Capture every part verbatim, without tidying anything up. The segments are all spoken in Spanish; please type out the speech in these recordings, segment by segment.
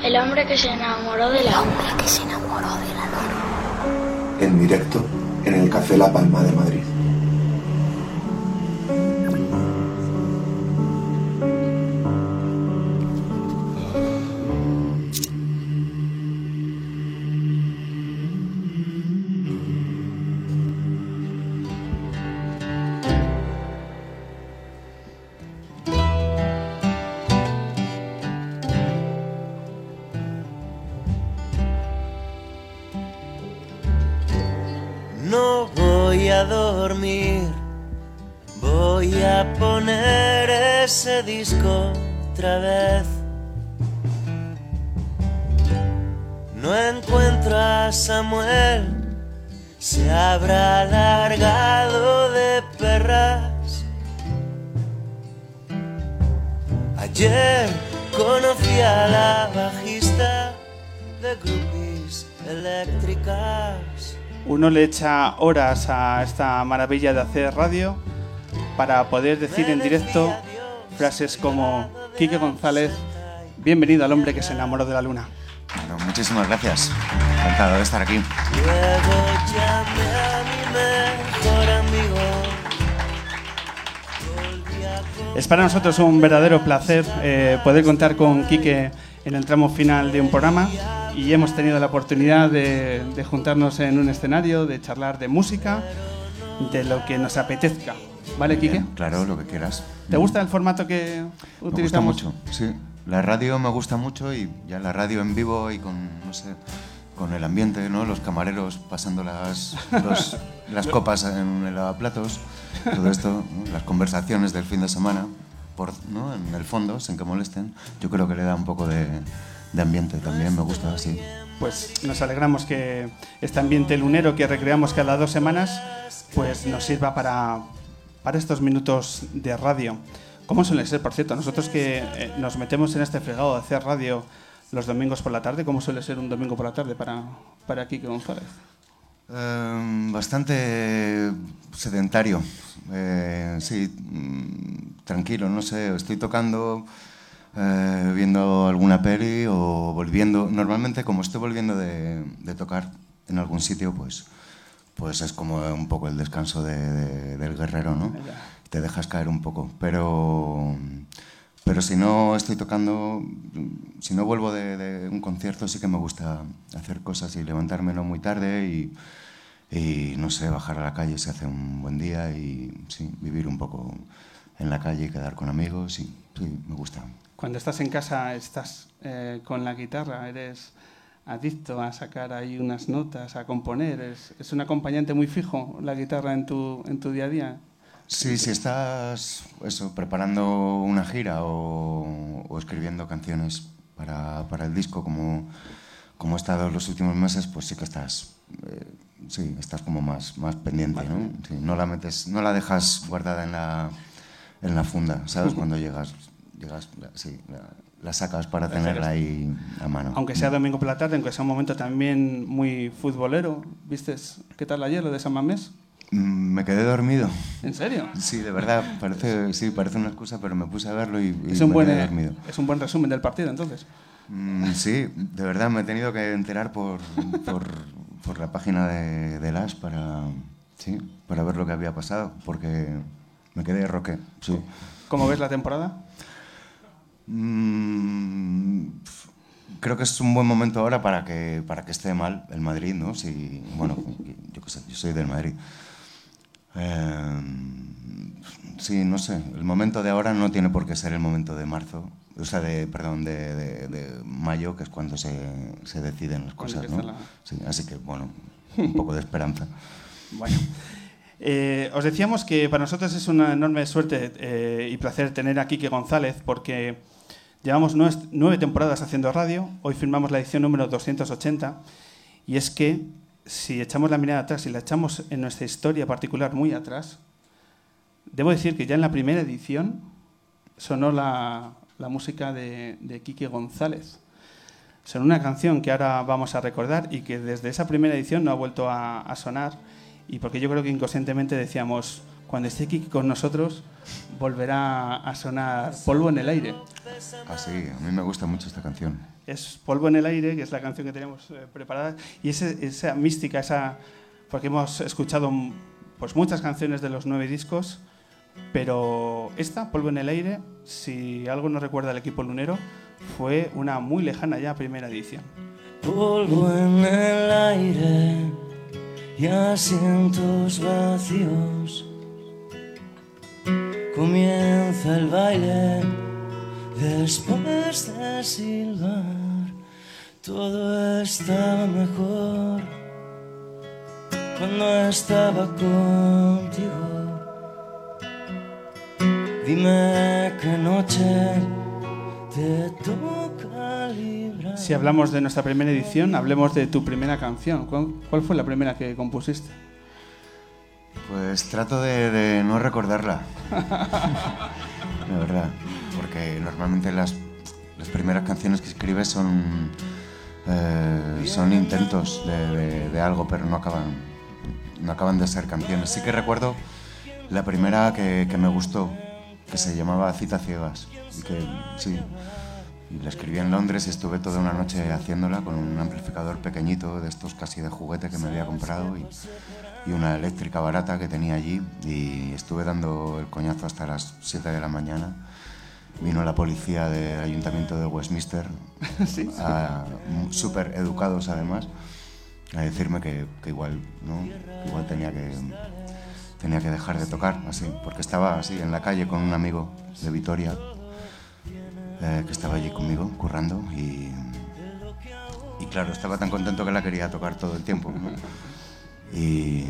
El hombre que se enamoró de la... El hombre que se enamoró de la luna. En directo, en el Café La Palma de Madrid. No voy a dormir, voy a poner ese disco otra vez. No encuentro a Samuel, se habrá largado de perras. Ayer conocí a la bajista de Groupies Eléctricas. Uno le echa horas a esta maravilla de hacer radio para poder decir en directo frases como: Quique González, bienvenido al hombre que se enamoró de la luna. Bueno, muchísimas gracias, encantado de estar aquí. Luego llamé a mi mejor amigo. Es para nosotros un verdadero placer eh, poder contar con Quique en el tramo final de un programa, y hemos tenido la oportunidad de, de juntarnos en un escenario, de charlar de música, de lo que nos apetezca. ¿Vale, Quique? Bien, claro, lo que quieras. ¿Te gusta el formato que utilizamos? Me gusta mucho, sí. La radio me gusta mucho, y ya la radio en vivo y con, no sé, con el ambiente, ¿no? Los camareros pasando las, los, las copas en el lavaplatos, todo esto, ¿no? Las conversaciones del fin de semana, por, ¿no? En el fondo, sin que molesten, yo creo que le da un poco de, de ambiente también, me gusta así. Pues nos alegramos que este ambiente lunero que recreamos cada dos semanas pues nos sirva para, para estos minutos de radio. ¿Cómo suele ser, por cierto? Nosotros que eh, nos metemos en este fregado de hacer radio los domingos por la tarde, ¿cómo suele ser un domingo por la tarde para, para Quique González? Eh, bastante sedentario, eh, sí, mm, tranquilo, no sé, estoy tocando, eh, viendo alguna peli o volviendo. Normalmente, como estoy volviendo de, de tocar en algún sitio, pues, pues es como un poco el descanso de, de, del guerrero, ¿no? Te dejas caer un poco, pero, pero si no estoy tocando, si no vuelvo de, de un concierto, sí que me gusta hacer cosas y levantarme no muy tarde y, y, no sé, bajar a la calle si hace un buen día y sí, vivir un poco en la calle y quedar con amigos, y sí, me gusta. Cuando estás en casa, estás eh, con la guitarra, eres adicto a sacar ahí unas notas, a componer, es, es un acompañante muy fijo la guitarra en tu, en tu día a día. Sí, si estás eso, preparando una gira o, o escribiendo canciones para, para el disco, como, como he estado los últimos meses, pues sí que estás, eh, sí, estás como más, más pendiente, ¿no? Sí, no la metes, no la dejas guardada en la, en la funda, ¿sabes? Cuando llegas, llegas, sí, la, la sacas para tenerla ahí a mano. Aunque sea domingo por la tarde, aunque sea un momento también muy futbolero, ¿viste qué tal ayer lo de San Mamés? Me quedé dormido. ¿En serio? Sí, de verdad, parece, sí, parece una excusa, pero me puse a verlo y, y es un me buen, quedé dormido. Es un buen resumen del partido, entonces. Mm, sí, de verdad, me he tenido que enterar por, por, por la página de, de Las para, sí, para ver lo que había pasado, porque me quedé roque. Sí. ¿Cómo ves la temporada? Mm, creo que es un buen momento ahora para que, para que esté mal el Madrid, ¿no? Si, bueno, yo qué sé, yo soy del Madrid. Eh, sí, no sé, el momento de ahora no tiene por qué ser el momento de marzo, o sea, de, perdón, de, de, de mayo, que es cuando se, se deciden las cosas, ¿no? La... Sí, así que, bueno, un poco de esperanza. Bueno, eh, os decíamos que para nosotros es una enorme suerte eh, y placer tener a Quique González, porque llevamos nueve, nueve temporadas haciendo radio, hoy firmamos la edición número doscientos ochenta, y es que si echamos la mirada atrás y la echamos en nuestra historia particular muy atrás, debo decir que ya en la primera edición sonó la, la música de, de Quique González. Sonó una canción que ahora vamos a recordar y que desde esa primera edición no ha vuelto a, a sonar, y porque yo creo que inconscientemente decíamos, cuando esté Quique con nosotros, volverá a sonar Polvo en el aire. Ah, sí, a mí me gusta mucho esta canción. es Polvo en el aire, que es la canción que tenemos eh, preparada, y ese, esa mística, esa, porque hemos escuchado pues, muchas canciones de los nueve discos, pero esta, Polvo en el aire, si algo nos recuerda al equipo lunero, fue una muy lejana ya primera edición. Polvo en el aire y asientos vacíos. Comienza el baile después de silbar. Todo estaba mejor cuando estaba contigo. Dime qué noche te toca librar. Si hablamos de nuestra primera edición, hablemos de tu primera canción. ¿Cuál, cuál fue la primera que compusiste? Pues trato de, de no recordarla, la verdad, porque normalmente las, las primeras canciones que escribes son, eh, son intentos de, de, de algo, pero no acaban, no acaban de ser canciones. Sí que recuerdo la primera que, que me gustó, que se llamaba Citas Ciegas, y que sí, y la escribí en Londres y estuve toda una noche haciéndola con un amplificador pequeñito de estos casi de juguete que me había comprado y, y una eléctrica barata que tenía allí, y estuve dando el coñazo hasta las siete de la mañana. Vino la policía del Ayuntamiento de Westminster, sí, sí. Súper educados además, a decirme que, que igual, ¿no? que igual tenía que, tenía que dejar de tocar, así, porque estaba así en la calle con un amigo de Vitoria, eh, que estaba allí conmigo, currando, y, y claro, estaba tan contento que la quería tocar todo el tiempo, ¿no? Y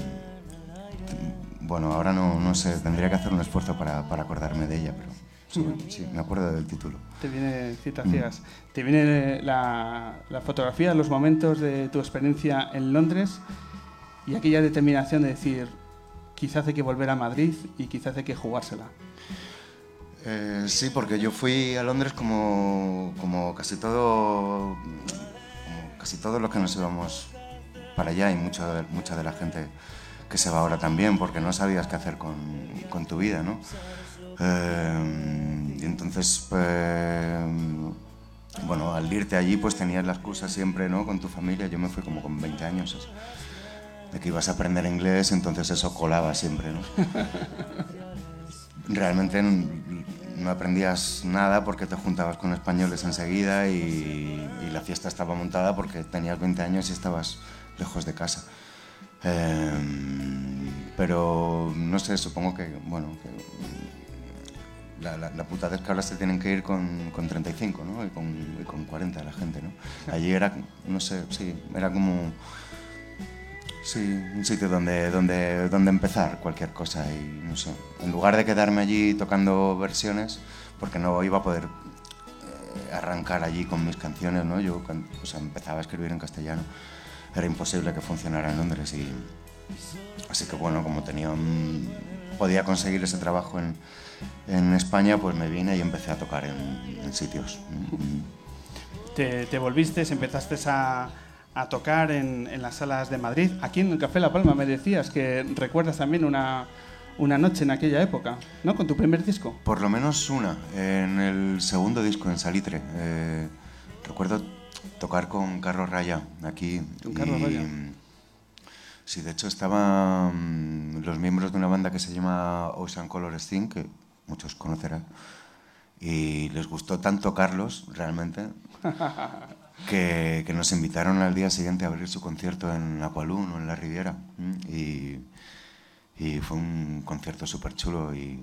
bueno, ahora no, no sé, tendría que hacer un esfuerzo para, para acordarme de ella, pero sí, sí, me acuerdo del título. Te viene Citas Ciegas. Mm. Te viene la, la fotografía, los momentos de tu experiencia en Londres y aquella determinación de decir, quizás hay que volver a Madrid y quizás hay que jugársela. Eh, sí, porque yo fui a Londres como, como casi todo, como casi todos los que nos íbamos para allá, y mucho, mucha de la gente que se va ahora también, porque no sabías qué hacer con, con tu vida, ¿no? Eh, y entonces, pues, bueno, al irte allí, pues tenías la excusa siempre, ¿no? Con tu familia. Yo me fui como con veinte años, de que ibas a aprender inglés, entonces eso colaba siempre, ¿no? Realmente no aprendías nada porque te juntabas con españoles enseguida y, y la fiesta estaba montada porque tenías veinte años y estabas lejos de casa. Eh, pero no sé, supongo que, bueno, que la, la, la putada es que ahora se tienen que ir con, con treinta y cinco, ¿no? Y con, y con cuarenta la gente, ¿no? Allí era, no sé, sí, era como... Sí, un sitio donde, donde, donde empezar cualquier cosa y no sé, en lugar de quedarme allí tocando versiones, porque no iba a poder eh, arrancar allí con mis canciones, ¿no? Yo o sea, empezaba a escribir en castellano, era imposible que funcionara en Londres y así que bueno, como tenía un, podía conseguir ese trabajo en, en España, pues me vine y empecé a tocar en, en sitios. Te, te volviste, empezaste a... a tocar en, en las salas de Madrid. Aquí en el Café La Palma me decías que recuerdas también una, una noche en aquella época, ¿no? Con tu primer disco. Por lo menos una, en el segundo disco, en Salitre. Eh, recuerdo tocar con Carlos Raya aquí. ¿Con Carlos Raya? Sí, de hecho estaban los miembros de una banda que se llama Ocean Color Steam, que muchos conocerán, y les gustó tanto Carlos, realmente, Que, que nos invitaron al día siguiente a abrir su concierto en Aqualung o en la Riviera. Y, y fue un concierto súper chulo. Y,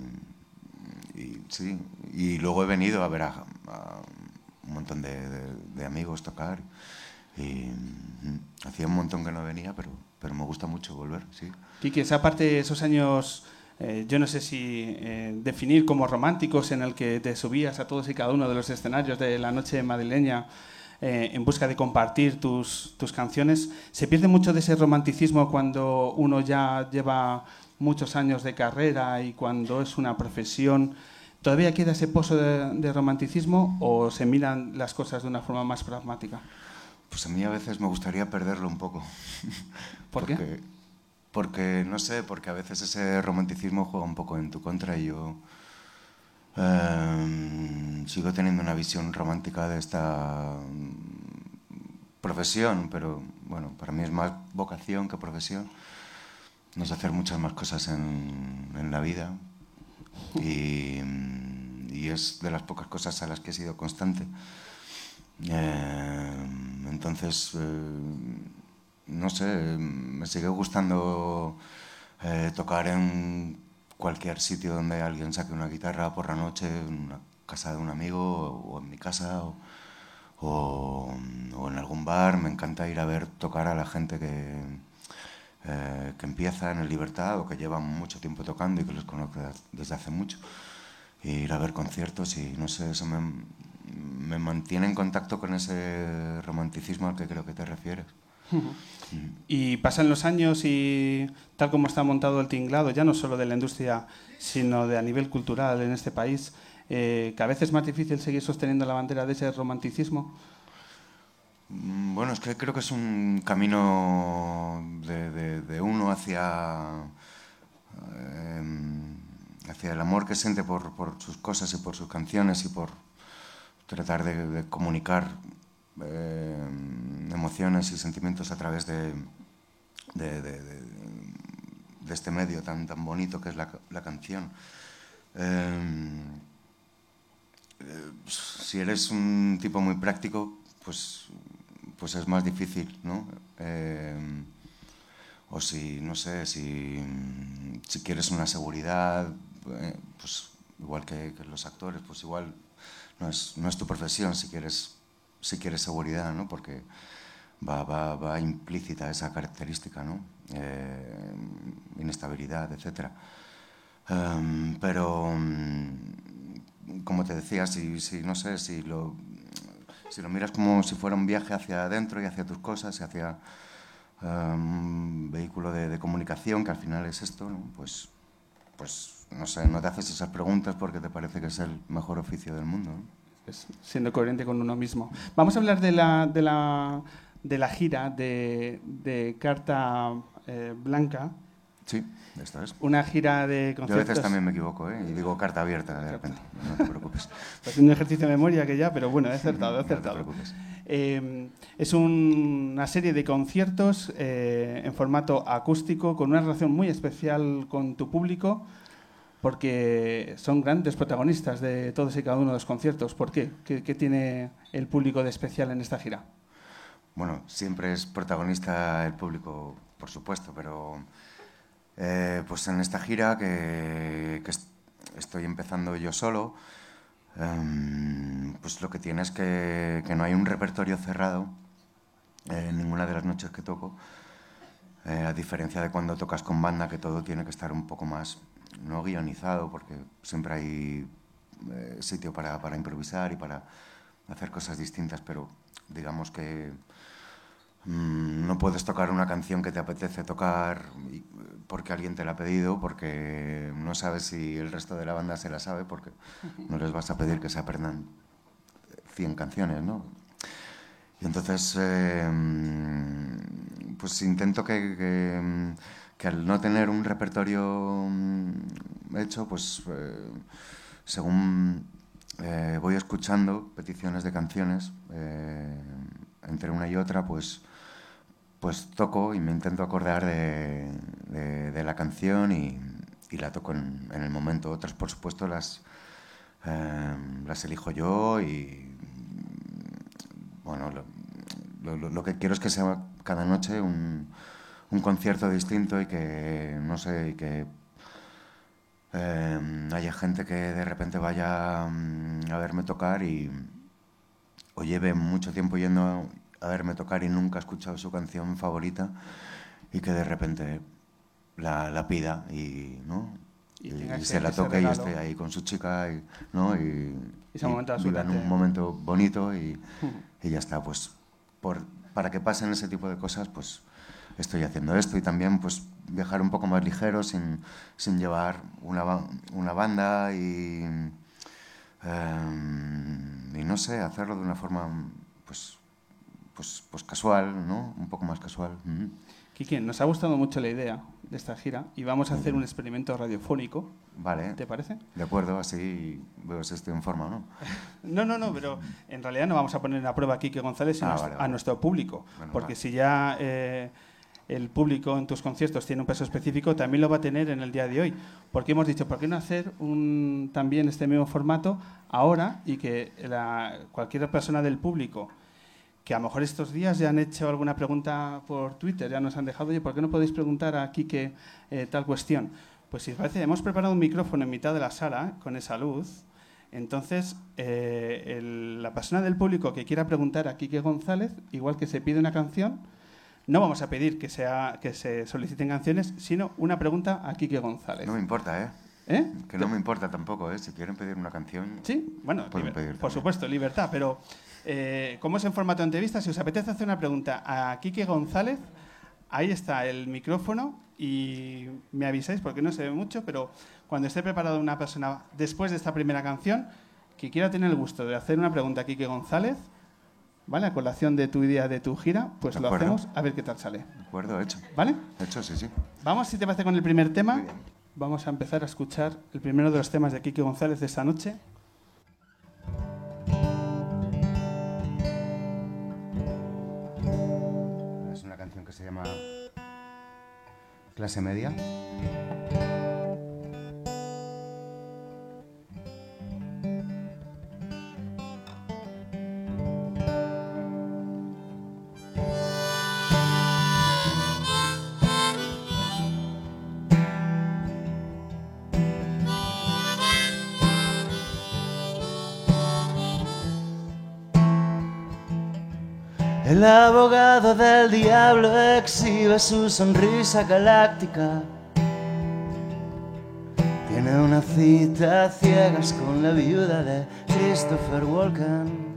y, sí, y luego he venido a ver a, a un montón de, de, de amigos tocar. Y hacía un montón que no venía, pero, pero me gusta mucho volver. Sí. Quique, esa parte de esos años, eh, yo no sé si eh, definir como románticos, en el que te subías a todos y cada uno de los escenarios de la noche madrileña, Eh, en busca de compartir tus, tus canciones. ¿Se pierde mucho de ese romanticismo cuando uno ya lleva muchos años de carrera y cuando es una profesión? ¿Todavía queda ese pozo de, de romanticismo o se miran las cosas de una forma más pragmática? Pues a mí a veces me gustaría perderlo un poco. ¿Por porque, qué? Porque, no sé, porque a veces ese romanticismo juega un poco en tu contra y yo... Eh, sigo teniendo una visión romántica de esta profesión, pero bueno, para mí es más vocación que profesión. No sé hacer muchas más cosas en, en la vida y, y es de las pocas cosas a las que he sido constante. Eh, entonces, eh, no sé, me sigue gustando eh, tocar en cualquier sitio donde alguien saque una guitarra por la noche, en una casa de un amigo o, o en mi casa o, o, o en algún bar. Me encanta ir a ver tocar a la gente que, eh, que empieza en el Libertad o que lleva mucho tiempo tocando y que los conozco desde hace mucho. E ir a ver conciertos y no sé, eso me, me mantiene en contacto con ese romanticismo al que creo que te refieres. Uh-huh. Y pasan los años y tal como está montado el tinglado, ya no solo de la industria, sino de a nivel cultural en este país, eh, cada vez es más difícil seguir sosteniendo la bandera de ese romanticismo. Bueno, es que creo que es un camino de, de, de uno hacia, eh, hacia el amor que siente por, por sus cosas y por sus canciones y por tratar de, de comunicar eh, emociones y sentimientos a través de, de, de, de, de este medio tan, tan bonito que es la, la canción. Eh, eh, si eres un tipo muy práctico, pues, pues es más difícil, ¿no? Eh, o si, no sé, si, si quieres una seguridad, eh, pues igual que, que los actores, pues igual no es, no es tu profesión si quieres, si quieres seguridad, ¿no? Porque va, va, va implícita esa característica, ¿no? Eh, inestabilidad, etcétera. Um, pero, um, como te decía, si, si, no sé, si lo, si lo miras como si fuera un viaje hacia adentro y hacia tus cosas y hacia un um, vehículo de, de comunicación, que al final es esto, ¿no? Pues, pues, no sé, no te haces esas preguntas porque te parece que es el mejor oficio del mundo, ¿no? Es siendo coherente con uno mismo. Vamos a hablar de la, de la, de la gira de, de Carta eh, Blanca. Sí, esta es. Una gira de conciertos. Yo a veces también me equivoco, ¿eh? Y digo carta abierta de repente. No te preocupes. Pues un ejercicio de memoria que ya, pero bueno, he acertado, he acertado. No te preocupes. Eh, es un, una serie de conciertos eh, en formato acústico con una relación muy especial con tu público porque son grandes protagonistas de todos y cada uno de los conciertos. ¿Por qué? ¿Qué, qué tiene el público de especial en esta gira? Bueno, siempre es protagonista el público, por supuesto, pero eh, pues en esta gira que, que est estoy empezando yo solo, eh, pues lo que tiene es que, que no hay un repertorio cerrado en ninguna de las noches que toco, eh, a diferencia de cuando tocas con banda, que todo tiene que estar un poco más, no guionizado, porque siempre hay eh, sitio para, para improvisar y para hacer cosas distintas, pero digamos que mmm, no puedes tocar una canción que te apetece tocar y, porque alguien te la ha pedido, porque no sabes si el resto de la banda se la sabe, porque no les vas a pedir que se aprendan cien canciones, ¿no? Y entonces, eh, pues intento que, que, que al no tener un repertorio hecho, pues eh, según eh, voy escuchando peticiones de canciones, eh, entre una y otra, pues, pues toco y me intento acordar de, de, de la canción y, y la toco en, en el momento. Otras, por supuesto, las, eh, las elijo yo y, bueno, lo, lo, lo que quiero es que sea cada noche un, un concierto distinto y que, no sé, y que eh, haya gente que de repente vaya a verme tocar y o lleve mucho tiempo yendo a verme tocar y nunca ha escuchado su canción favorita y que de repente la, la pida y, ¿no? y, y, y se la toque y esté ahí con su chica y, ¿no? y, ese momento y vivan un momento bonito y, y ya está. Pues por, para que pasen ese tipo de cosas, pues estoy haciendo esto y también pues viajar un poco más ligero sin, sin llevar una, una banda y, eh, y no sé, hacerlo de una forma pues, pues, pues casual, ¿no? Un poco más casual. Mm-hmm. Quique, nos ha gustado mucho la idea de esta gira y vamos a hacer un experimento radiofónico. Vale. ¿Te parece? De acuerdo, así veo si estoy en forma, ¿no? No, no, no, pero en realidad no vamos a poner a prueba a Quique González, sino Ah, a, vale, nuestro, vale. a nuestro público. Menos Porque mal. si ya eh, el público en tus conciertos tiene un peso específico, también lo va a tener en el día de hoy. Porque hemos dicho, ¿por qué no hacer un, también este mismo formato ahora y que la, cualquier persona del público que a lo mejor estos días ya han hecho alguna pregunta por Twitter, ya nos han dejado, oye, ¿por qué no podéis preguntar a Quique eh, tal cuestión? Pues si os parece, hemos preparado un micrófono en mitad de la sala con esa luz. Entonces, eh, el, la persona del público que quiera preguntar a Quique González, igual que se pide una canción, no vamos a pedir que, sea, que se soliciten canciones, sino una pregunta a Quique González. No me importa, ¿eh? ¿Eh? Que no me importa tampoco, ¿eh? Si quieren pedir una canción... Sí, bueno, Pueden liber- pedir por también. supuesto, libertad, pero eh, como es en formato de entrevista, si os apetece hacer una pregunta a Quique González, ahí está el micrófono y me avisáis porque no se ve mucho, pero cuando esté preparada una persona después de esta primera canción que quiera tener el gusto de hacer una pregunta a Quique González, ¿vale? A colación de tu idea de tu gira, pues De lo acuerdo. hacemos a ver qué tal sale, De acuerdo, hecho. ¿vale? Hecho, sí, sí. Vamos, si te parece, con el primer tema. Muy bien. Vamos a empezar a escuchar el primero de los temas de Quique González de esta noche. Es una canción que se llama Clase Media. El abogado del diablo exhibe su sonrisa galáctica. Tiene una cita a ciegas con la viuda de Christopher Walken.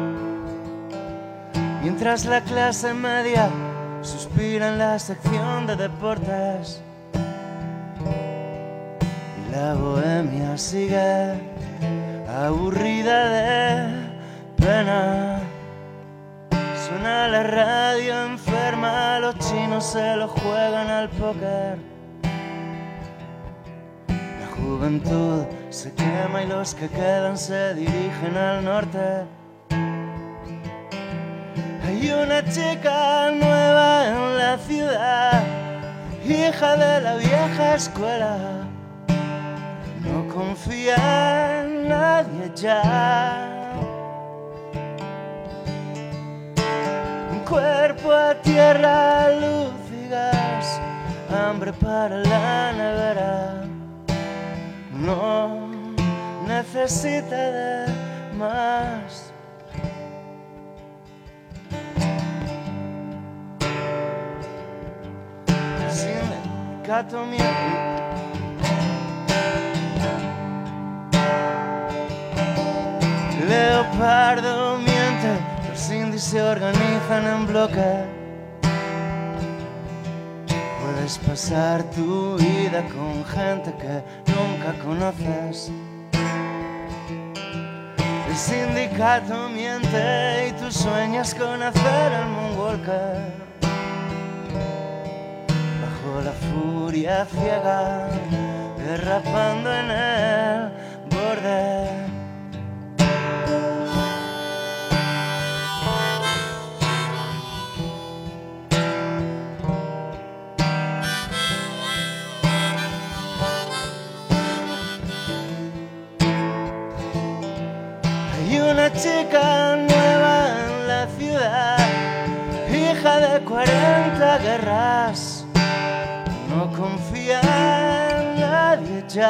Mientras la clase media suspira en la sección de deportes y la bohemia sigue aburrida de pena. Suena la radio enferma, los chinos se lo juegan al póker. La juventud se quema y los que quedan se dirigen al norte. Hay una chica nueva en la ciudad, hija de la vieja escuela. No confía en nadie ya. Cuerpo a tierra, luz y gas, hambre para la nevera. No necesita de más. El sindicato miente. Leopardo miente. Los indios se organizan en bloque. Puedes pasar tu vida con gente que nunca conoces. El sindicato miente y tú sueñas con hacer el moonwalker. Bajo la furia ciega, derrapando en el borde. Una chica nueva en la ciudad, hija de cuarenta guerras, no confía en nadie ya.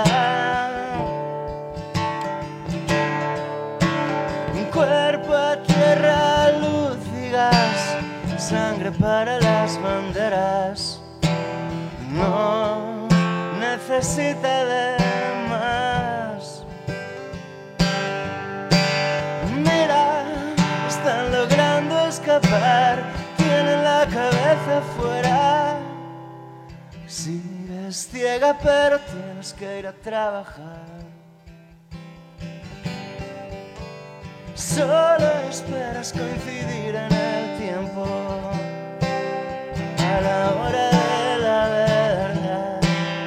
Un cuerpo a tierra, luz y gas, sangre para las banderas. No necesita de más. Están logrando escapar, tienen la cabeza fuera. Sigues ciega pero tienes que ir a trabajar. Solo esperas coincidir en el tiempo. a la hora de la verdad,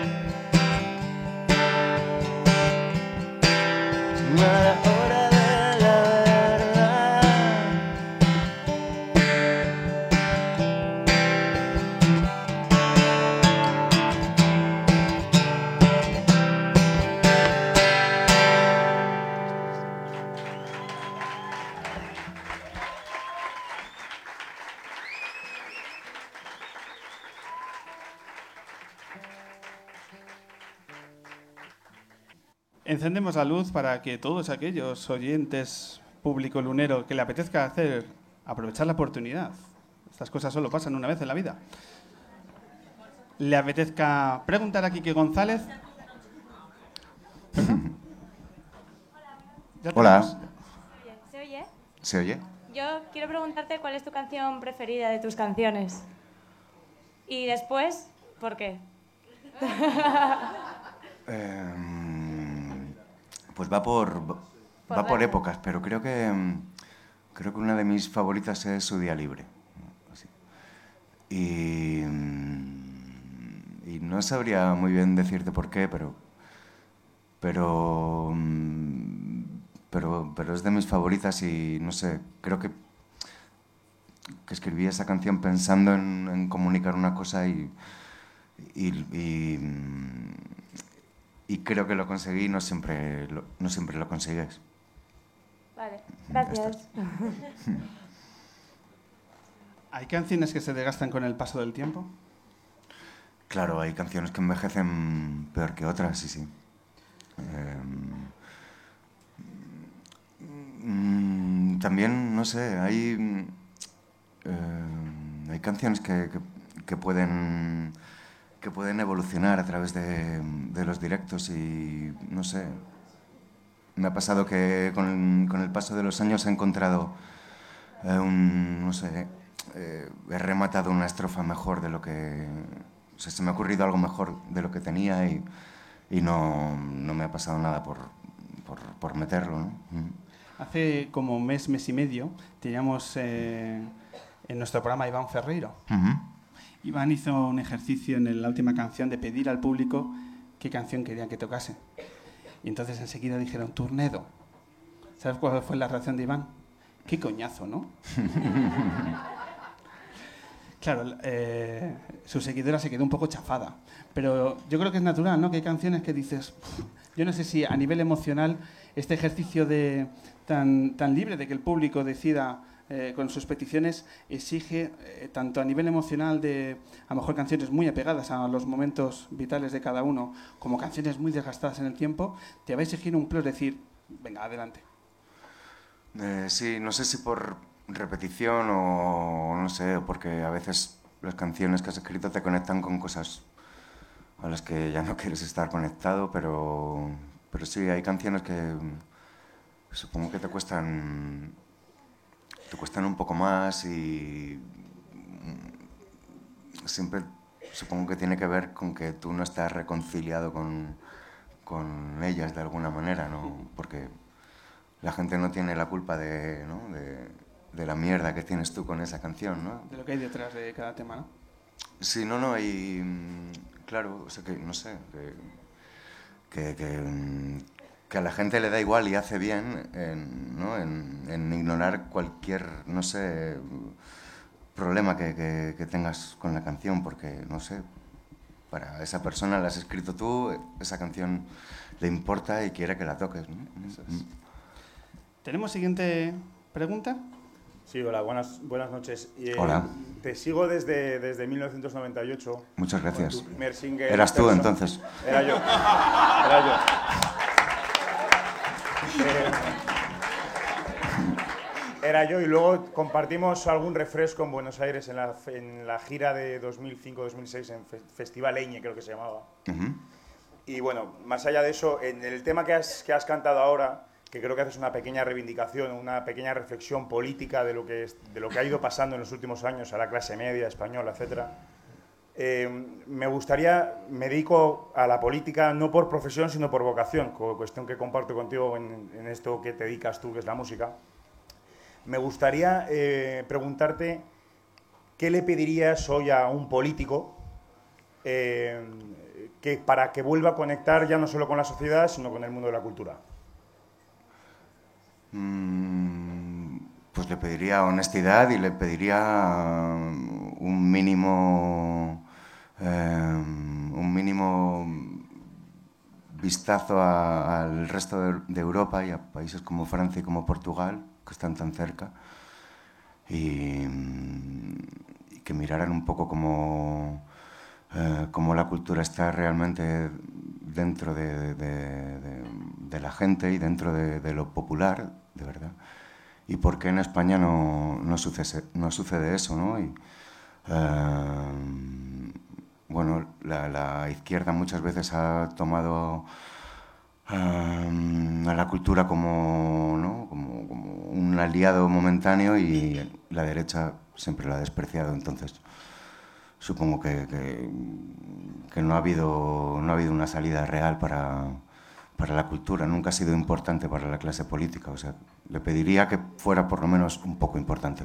a la hora de la verdad. Encendemos la luz para que todos aquellos oyentes, público lunero, que le apetezca hacer, aprovechar la oportunidad. Estas cosas solo pasan una vez en la vida. Le apetezca preguntar a Quique González. ¿Ya Hola. tenemos? ¿Se oye? ¿Se oye? Yo quiero preguntarte cuál es tu canción preferida de tus canciones. Y después, ¿por qué? Eh, pues va por, Por va por raza. épocas, pero creo que, creo que una de mis favoritas es Su día libre. Así. Y, y no sabría muy bien decirte por qué, pero, pero, pero, pero es de mis favoritas y no sé, creo que, que escribí esa canción pensando en, en comunicar una cosa y, y, y, y creo que lo conseguí, no siempre lo, no siempre lo consigues. Vale, gracias. ¿Hay canciones que se desgastan con el paso del tiempo? Claro, hay canciones que envejecen peor que otras, sí, sí. Eh, mm, también, no sé, hay, eh, hay canciones que, que, que pueden... que pueden evolucionar a través de, de los directos y, no sé, me ha pasado que con, con el paso de los años he encontrado eh, un, no sé, eh, he rematado una estrofa mejor de lo que, o sea, se me ha ocurrido algo mejor de lo que tenía y, y no, no me ha pasado nada por, por, por meterlo, ¿no? Mm. Hace como un mes, mes y medio, teníamos eh, en nuestro programa a Iván Ferreiro. Uh-huh. Iván hizo un ejercicio en la última canción de pedir al público qué canción querían que tocase. Y entonces enseguida dijeron Tornado. ¿Sabes cuál fue la reacción de Iván? Qué coñazo, ¿no? Claro, eh, su seguidora se quedó un poco chafada. Pero yo creo que es natural, ¿no? Que hay canciones que dices... Yo no sé si a nivel emocional este ejercicio de tan, tan libre de que el público decida... Eh, con sus peticiones exige eh, tanto a nivel emocional de a lo mejor canciones muy apegadas a los momentos vitales de cada uno como canciones muy desgastadas en el tiempo, te va a exigir un plus, decir, venga, adelante. Eh, sí, no sé si por repetición o no sé, o porque a veces las canciones que has escrito te conectan con cosas a las que ya no quieres estar conectado, pero, pero sí, hay canciones que supongo que te cuestan... te cuestan un poco más y siempre supongo que tiene que ver con que tú no estás reconciliado con, con ellas de alguna manera, ¿no? Porque la gente no tiene la culpa de, ¿no? de, de la mierda que tienes tú con esa canción, ¿no? De lo que hay detrás de cada tema, ¿no? Sí, no, no, y claro, o sea que, no sé, que, que, que, que a la gente le da igual y hace bien en, ¿no? en, en ignorar cualquier, no sé, problema que, que, que tengas con la canción, porque, no sé, para esa persona la has escrito tú, esa canción le importa y quiere que la toques, ¿no? Eso es. ¿Tenemos siguiente pregunta? Sí, hola, buenas, buenas noches. Eh, Hola. Te sigo desde, desde mil novecientos noventa y ocho. Muchas gracias. Con tu primer single, ¿Eras tú Person. entonces? Era yo. Era yo. Eh, era yo y luego compartimos algún refresco en Buenos Aires en la, en la gira de dos mil cinco dos mil seis en Fe- Festival Eñe, creo que se llamaba. Uh-huh. Y bueno, más allá de eso, en el tema que has, que has cantado ahora, que creo que haces una pequeña reivindicación, una pequeña reflexión política de lo que, es, de lo que ha ido pasando en los últimos años a la clase media española, etcétera. Eh, me gustaría, me dedico a la política no por profesión, sino por vocación, cuestión que comparto contigo en, en esto que te dedicas tú, que es la música. Me gustaría eh, preguntarte ¿qué le pedirías hoy a un político eh, que, para que vuelva a conectar ya no solo con la sociedad, sino con el mundo de la cultura? Mm, pues le pediría honestidad y le pediría un mínimo, eh, un mínimo vistazo a, al resto de, de Europa y a países como Francia y como Portugal, que están tan cerca, y, y que miraran un poco cómo, eh, cómo la cultura está realmente dentro de, de, de, de la gente y dentro de, de lo popular, de verdad. Y por qué en España no, no, sucede, no sucede eso, ¿no? Y, eh, bueno, la, la izquierda muchas veces ha tomado eh, a la cultura como, ¿no? como, como un aliado momentáneo y la derecha siempre la ha despreciado. Entonces, supongo que, que, que no, ha habido, no ha habido una salida real para, para la cultura. Nunca ha sido importante para la clase política. O sea, le pediría que fuera por lo menos un poco importante.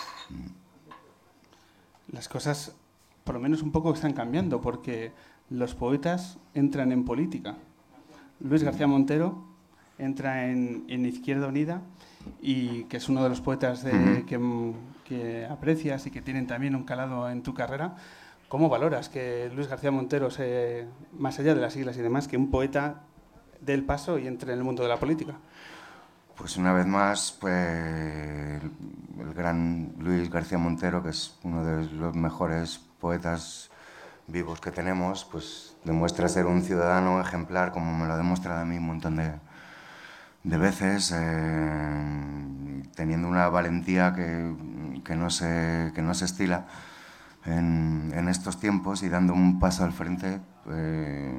Las cosas, por lo menos un poco, están cambiando, porque los poetas entran en política. Luis García Montero entra en, en Izquierda Unida, y que es uno de los poetas de, que, que aprecias y que tienen también un calado en tu carrera. ¿Cómo valoras que Luis García Montero, se, más allá de las siglas y demás, que un poeta dé el paso y entre en el mundo de la política? Pues una vez más, pues, el gran Luis García Montero, que es uno de los mejores poetas vivos que tenemos, pues demuestra ser un ciudadano ejemplar, como me lo ha demostrado a mí un montón de, de veces, eh, teniendo una valentía que, que, no se, que no se estila en, en estos tiempos y dando un paso al frente. Eh,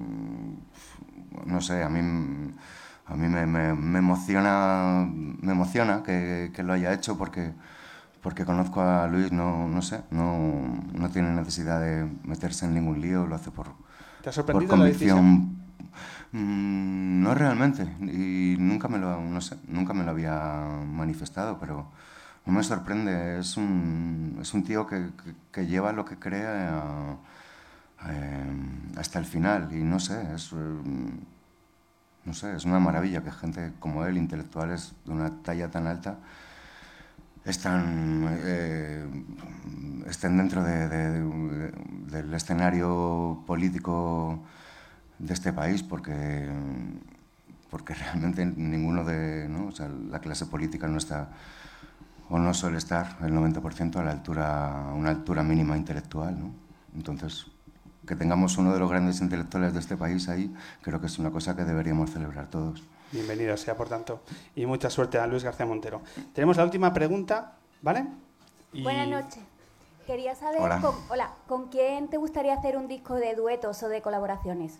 no sé, a mí... A mí me, me, me emociona, me emociona que, que lo haya hecho porque, porque conozco a Luis, no, no sé, no, no tiene necesidad de meterse en ningún lío, lo hace por, ¿Te ha sorprendido por convicción. la decisión? Mm, no realmente, y nunca me lo, no sé, nunca me lo había manifestado, pero no me sorprende. Es un, es un tío que, que, que lleva lo que cree a, a, hasta el final, y no sé, es... No sé, es una maravilla que gente como él, intelectuales de una talla tan alta, están, eh, estén dentro de, de, de, del escenario político de este país, porque, porque realmente ninguno de... ¿no? O sea, la clase política no está, o no suele estar, el noventa por ciento a la altura, a una altura mínima intelectual, ¿no? Entonces, que tengamos uno de los grandes intelectuales de este país ahí, creo que es una cosa que deberíamos celebrar todos. Bienvenido sea, por tanto, y mucha suerte a Luis García Montero. Tenemos la última pregunta, ¿vale? Y... Buenas noches. Quería saber, Hola. Con, hola, ¿con quién te gustaría hacer un disco de duetos o de colaboraciones?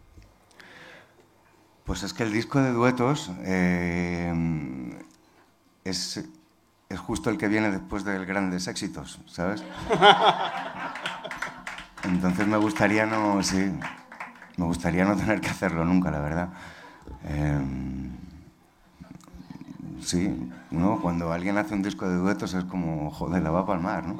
Pues es que el disco de duetos eh, es, es justo el que viene después de Grandes Éxitos, ¿sabes? Entonces me gustaría no, sí, me gustaría no tener que hacerlo nunca, la verdad. Eh, sí, ¿no? Cuando alguien hace un disco de duetos es como, joder, la va a palmar, ¿no?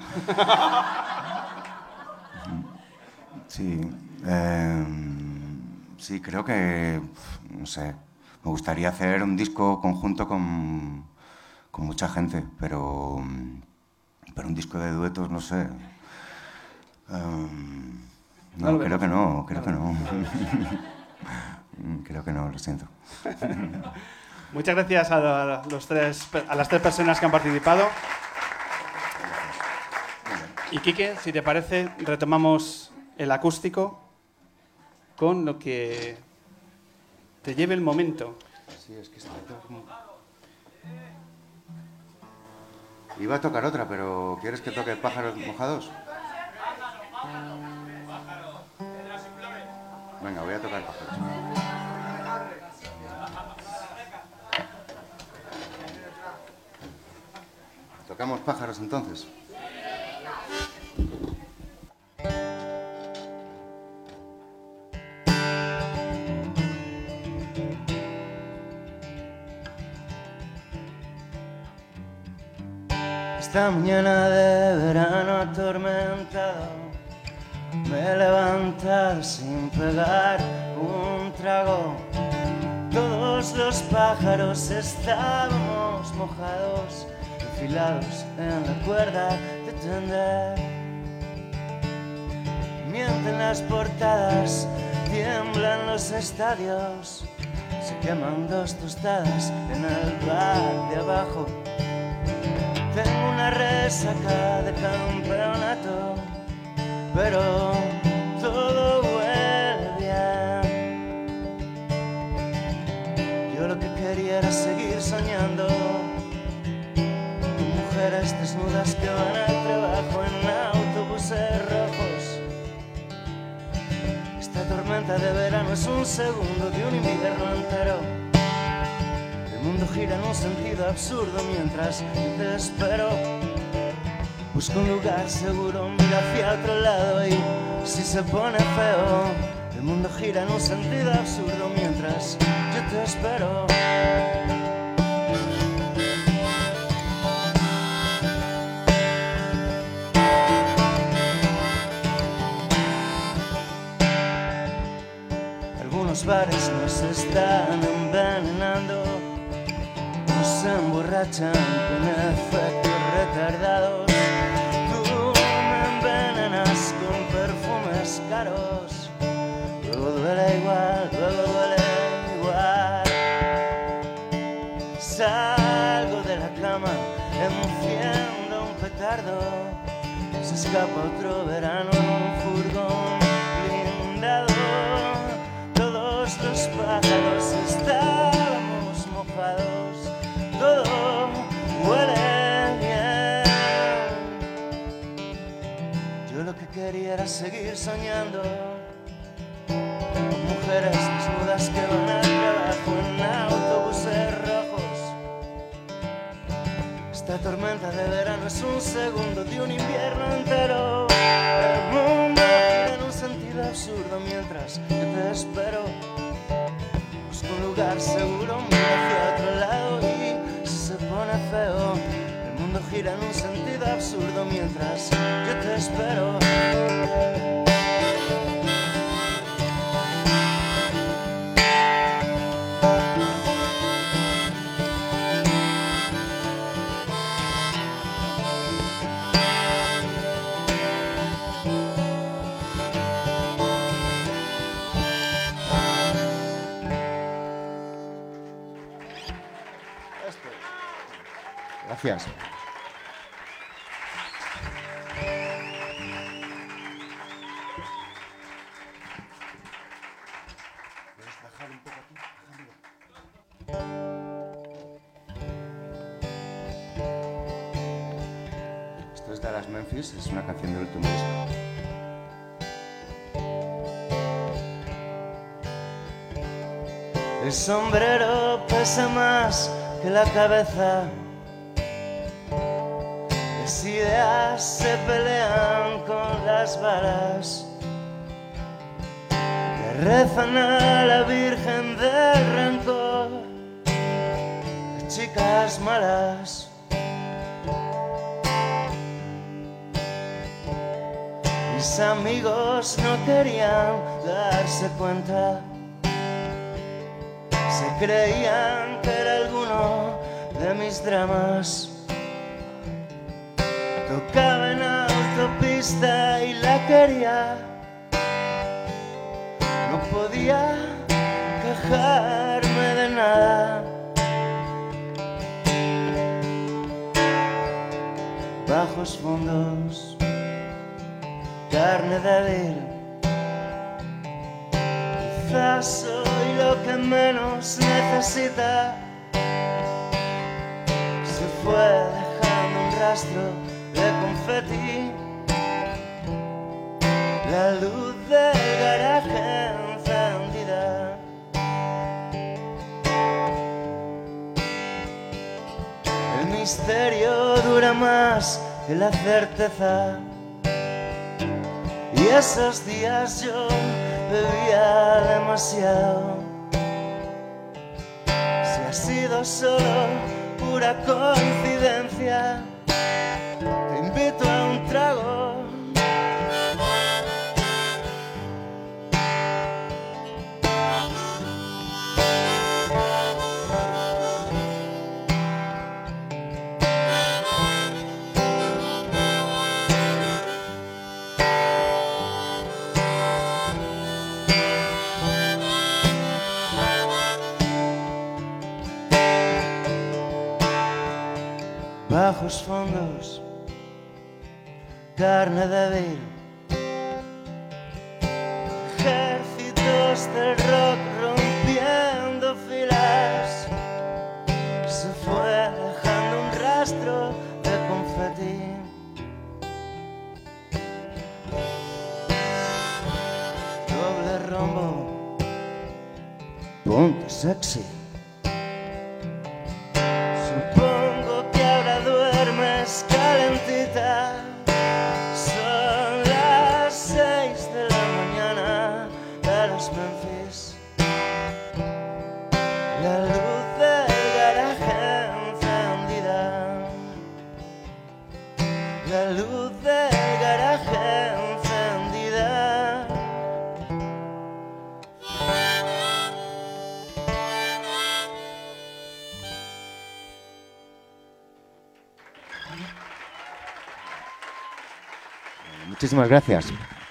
Sí, eh, sí, creo que, no sé, me gustaría hacer un disco conjunto con, con mucha gente, pero, pero un disco de duetos, no sé. Um, no, no creo que no, creo que no. Creo que no, lo siento. Muchas gracias a, los tres, a las tres personas que han participado. Y Quique, si te parece, retomamos el acústico con lo que te lleve el momento. Sí, es que está como... Iba a tocar otra, pero ¿quieres que toque Pájaros Mojados? Venga, voy a tocar Pájaros. ¿Tocamos Pájaros entonces? Esta mañana de verano atormentado me he levantado sin pegar un trago. Todos los pájaros estábamos mojados, enfilados en la cuerda de tender. Mienten las portadas, tiemblan los estadios, se queman dos tostadas en el bar de abajo. Tengo una resaca de campeonato, pero todo huele bien. Yo lo que quería era seguir soñando con mujeres desnudas que van al trabajo en autobuses rojos. Esta tormenta de verano es un segundo de un invierno entero. El mundo gira en un sentido absurdo mientras yo te espero. Busco un lugar seguro, mira hacia otro lado y si se pone feo, el mundo gira en un sentido absurdo mientras yo te espero. Algunos bares nos están envenenando, nos emborrachan con efectos retardados. Con perfumes caros, luego duele igual, luego duele igual. Salgo de la cama, enciendo un petardo, se escapa otro verano en un furgón blindado. Todos los pájaros estábamos mojados, todo huele. Lo que quería era seguir soñando con mujeres desnudas que van al trabajo en autobuses rojos. Esta tormenta de verano es un segundo de un invierno entero. El mundo gira en un sentido absurdo mientras yo te espero. Busco un lugar seguro, miro hacia otro lado y si se pone feo, el mundo gira en un sentido absurdo mientras yo te espero. Gracias. Esto es Dallas Memphis, es una canción del último disco. El sombrero pesa más que la cabeza. Las ideas se pelean con las balas. Le rezan a la Virgen del Rencor las chicas malas. Mis amigos no querían darse cuenta. Se creían que era alguno de mis dramas. Tocaba en autopista y la quería. No podía quejarme de nada. Bajos fondos, carne débil. Quizás soy lo que menos necesita. Se fue dejando un rastro de confeti. La luz del garaje encendida. El misterio dura más que la certeza. Y esos días yo bebía demasiado. Si ha sido solo pura coincidencia, invito a un trago. Bajos fondos, carne débil, ejércitos del rock rompiendo filas. Se fue dejando un rastro de confeti. Doble rombo, ponte sexy. Calentita, son las seis de la mañana de los Memphis. La luz del garaje encendida, la luz del garaje encendida. Muchísimas gracias.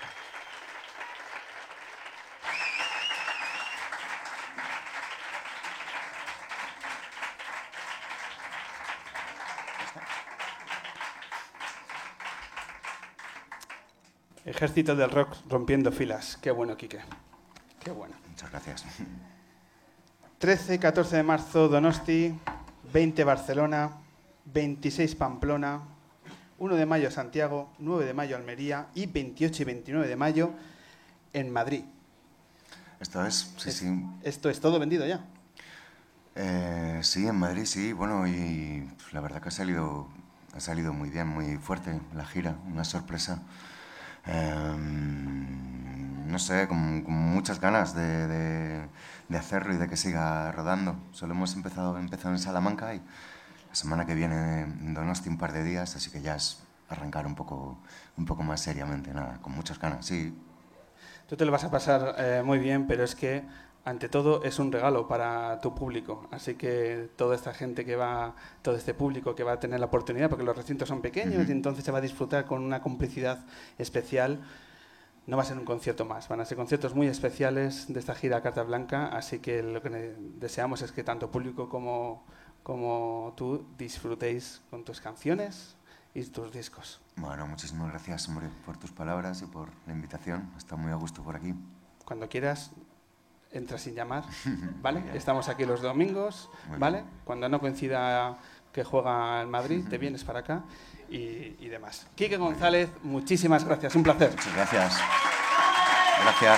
Ejército del rock rompiendo filas. Qué bueno, Quique. Qué bueno. Muchas gracias. trece y catorce de marzo, Donosti. veinte, Barcelona. veintiséis, Pamplona. uno de mayo, Santiago. nueve de mayo, Almería. Y veintiocho y veintinueve de mayo, en Madrid. Esto es, sí, es, sí. ¿Esto es todo vendido ya? Eh, sí, en Madrid sí. Bueno, y la verdad que ha salido, ha salido muy bien, muy fuerte la gira. Una sorpresa. Eh, no sé, con, con muchas ganas de, de, de hacerlo y de que siga rodando. Solo hemos empezado, empezado en Salamanca y la semana que viene en Donosti un par de días, así que ya es arrancar un poco, un poco más seriamente, nada, con muchas ganas, sí. Tú te lo vas a pasar eh, muy bien, pero es que, ante todo, es un regalo para tu público. Así que toda esta gente que va, todo este público que va a tener la oportunidad, porque los recintos son pequeños uh-huh. y entonces se va a disfrutar con una complicidad especial. No va a ser un concierto más, van a ser conciertos muy especiales de esta gira Carta Blanca, así que lo que deseamos es que tanto público como... como tú disfrutéis con tus canciones y tus discos. Bueno, muchísimas gracias, hombre, por tus palabras y por la invitación. Está muy a gusto por aquí. Cuando quieras, entra sin llamar, ¿vale? Estamos aquí los domingos, muy ¿vale? Bien. Cuando no coincida que juega en Madrid, te vienes para acá y, y demás. Quique González, muchísimas gracias, un placer. Muchas gracias. Gracias.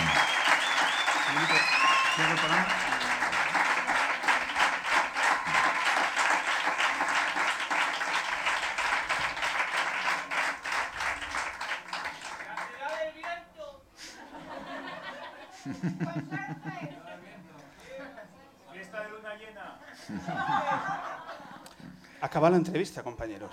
Fiesta de luna llena. Acaba la entrevista, compañeros.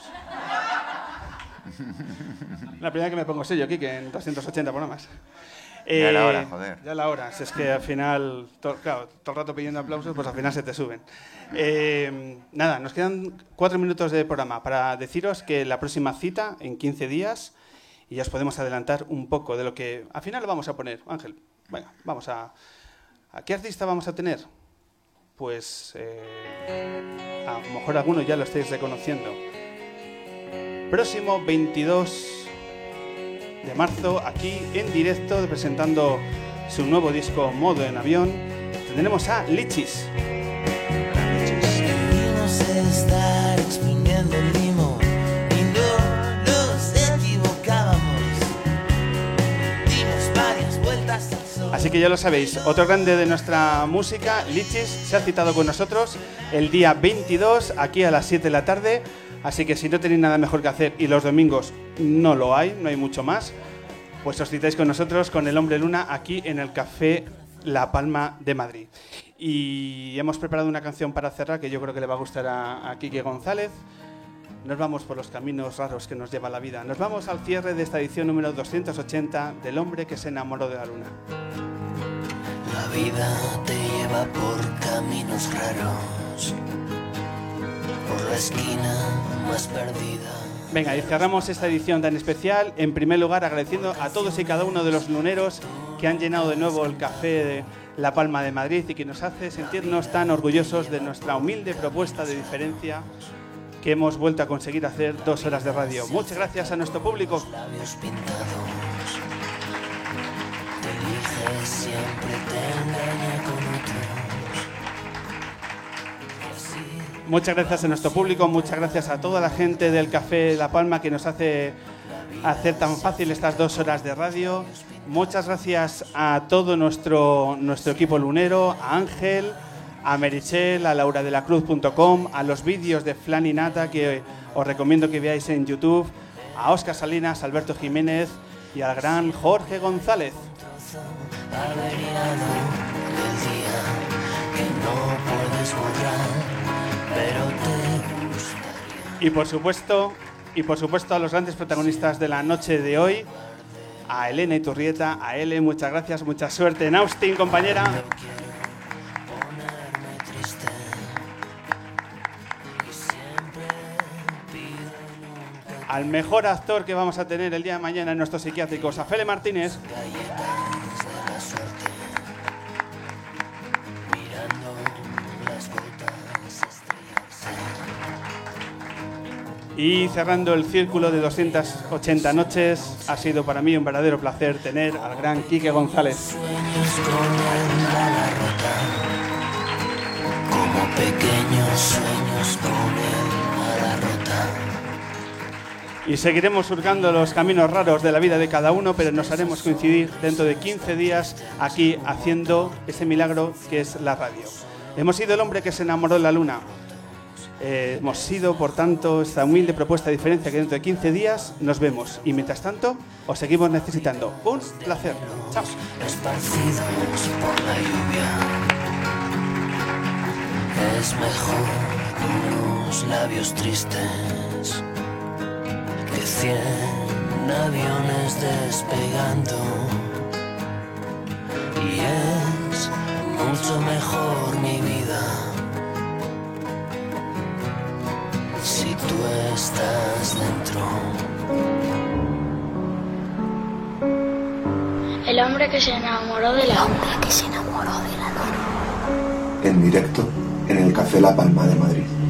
La primera que me pongo sello aquí, que en doscientos ochenta programas. Eh, ya la hora, joder. Ya la hora. Si es que al final, to, claro, todo el rato pidiendo aplausos, pues al final se te suben. Eh, nada, nos quedan cuatro minutos de programa para deciros que la próxima cita, en quince días, y ya os podemos adelantar un poco de lo que al final lo vamos a poner. Ángel, venga, vamos a... ¿A qué artista vamos a tener? Pues eh, a lo mejor algunos ya lo estáis reconociendo. Próximo veintidós de marzo, aquí en directo, presentando su nuevo disco Modo en Avión, tendremos a Lichis. Debimos estar exprimiendo el limo y no nos equivocábamos. Dimos varias vueltas al sol. Así que ya lo sabéis, otro grande de nuestra música, Lichis, se ha citado con nosotros el día veintidós, aquí a las siete de la tarde. Así que si no tenéis nada mejor que hacer y los domingos no lo hay, no hay mucho más, pues os citáis con nosotros, con el Hombre Luna, aquí en el Café La Palma de Madrid. Y hemos preparado una canción para cerrar que yo creo que le va a gustar a, a Quique González. nos vamos por los caminos raros que nos lleva la vida. Nos vamos al cierre de esta edición número doscientos ochenta del hombre que se enamoró de la luna. La vida te lleva por caminos raros, por la esquina más perdida. Venga, y cerramos esta edición tan especial, en primer lugar agradeciendo a todos y cada uno de los luneros que han llenado de nuevo el café de La Palma de Madrid y que nos hace sentirnos tan orgullosos de nuestra humilde propuesta de diferencia que hemos vuelto a conseguir hacer dos horas de radio. Muchas gracias a nuestro público. Labios pintados, te elige, siempre te engaña con otros. Muchas gracias a nuestro público, muchas gracias a toda la gente del Café La Palma que nos hace hacer tan fácil estas dos horas de radio. Muchas gracias a todo nuestro, nuestro equipo lunero, a Ángel, a Merichel, a laura de la cruz punto com, a los vídeos de Flan y Nata que os recomiendo que veáis en YouTube, a Óscar Salinas, a Alberto Jiménez y al gran Jorge González. Averiado del día que no puedes borrar. Pero te gustaría. Y por supuesto, y por supuesto a los grandes protagonistas de la noche de hoy, a Elena Iturrieta, a Ele, muchas gracias, mucha suerte en Austin, compañera. Al mejor actor que vamos a tener el día de mañana en nuestros psiquiátricos, a Fele Martínez. Y cerrando el círculo de doscientas ochenta noches, ha sido para mí un verdadero placer tener al gran Quique González. Sueños con el ala rota, como pequeños sueños con el ala rota. Y seguiremos surcando los caminos raros de la vida de cada uno, pero nos haremos coincidir dentro de quince días aquí haciendo ese milagro que es la radio. Hemos sido el hombre que se enamoró de la luna. Eh, hemos sido, por tanto, esta humilde propuesta de diferencia que dentro de quince días nos vemos. Y mientras tanto, os seguimos necesitando. Un placer. Chao. Esparcidos por la lluvia, es mejor unos labios tristes que cien aviones despegando. Y es mucho mejor mi vida si tú estás dentro. El hombre que se enamoró de la luna. El hombre que se enamoró de la luna. En directo en el Café La Palma de Madrid.